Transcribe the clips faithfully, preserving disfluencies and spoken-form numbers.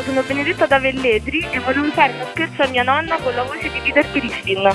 sono Benedetta da Velletri e volevo fare uno scherzo a mia nonna con la voce di Peter Griffin.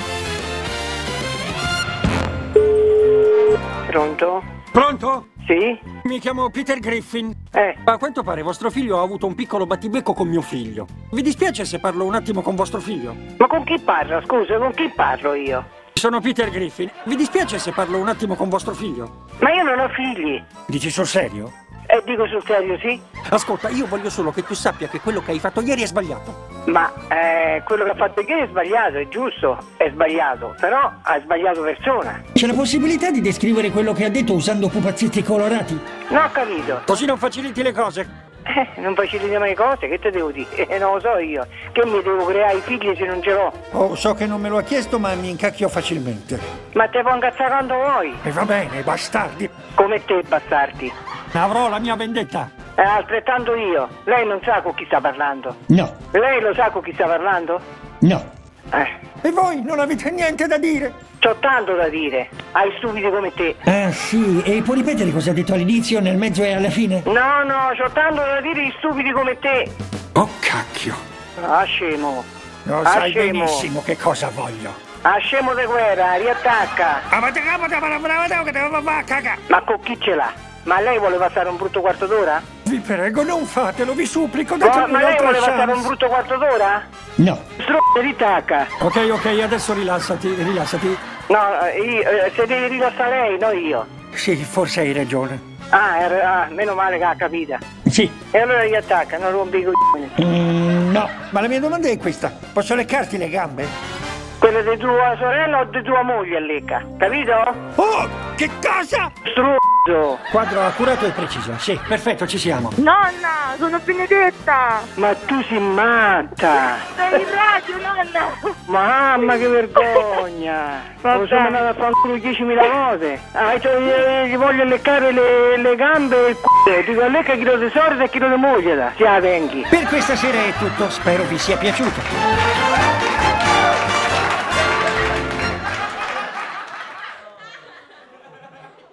Pronto? Pronto? Sì? Mi chiamo Peter Griffin. Eh. A quanto pare vostro figlio ha avuto un piccolo battibecco con mio figlio. Vi dispiace se parlo un attimo con vostro figlio? Ma con chi parlo? Scusa, con chi parlo io? Sono Peter Griffin. Vi dispiace se parlo un attimo con vostro figlio? Ma io non ho figli. Dici sul serio? E eh, dico sul serio, sì? Ascolta, io voglio solo che tu sappia che quello che hai fatto ieri è sbagliato. Ma eh, quello che ha fatto ieri è sbagliato, è giusto, è sbagliato, però ha sbagliato persona. C'è la possibilità di descrivere quello che ha detto usando pupazzetti colorati? Non ho capito. Così non faciliti le cose. Eh, non faciliti mai cose, che te devo dire? Eh, non lo so io. Che mi devo creare i figli se non ce l'ho? Oh, so che non me lo ha chiesto, ma mi incacchio facilmente. Ma te può incazzare quando vuoi. E va bene, bastardi. Come te, bastardi. Avrò la mia vendetta. È altrettanto io. Lei non sa con chi sta parlando? No. Lei lo sa con chi sta parlando? No. Eh. E voi non avete niente da dire? C'ho tanto da dire. Ai stupidi come te. Ah, sì. E può ripetere cosa ha detto all'inizio, nel mezzo e alla fine? No, no, c'ho tanto da dire ai stupidi come te. Oh, cacchio. Ah, scemo. Lo Ah, sai scemo. benissimo che cosa voglio. Ah, scemo di guerra, riattacca. Ma con chi ce l'ha? Ma lei vuole passare un brutto quarto d'ora? Vi prego, non fatelo, vi supplico, Oh, datemi ma lei un'altra vuole passare un chance. brutto quarto d'ora? No. Stronzo, ritacca. Ok, ok, adesso rilassati, rilassati. No, io, eh, se devi rilassare lei, non io. Sì, forse hai ragione. Ah, er- ah, meno male che ha capito. Sì. E allora riattacca, non rompi i coglioni. Mm, no, ma la mia domanda è questa. Posso leccarti le gambe? Quella di tua sorella o di tua moglie lecca, capito? Oh, che cosa? Stronzo. Quadro accurato e preciso. Sì, perfetto, ci siamo. Nonna, sono Benedetta! Ma tu sei matta. Sei in radio, nonna! Mamma che vergogna. Vabbè. Lo sono andato a fare un culo diecimila cose. Ah, cioè, gli, gli voglio leccare le, le gambe e il culo. Dico lecca chilo di sorda e chilo di moglie da. Si la venghi. Per questa sera è tutto, spero vi sia piaciuto.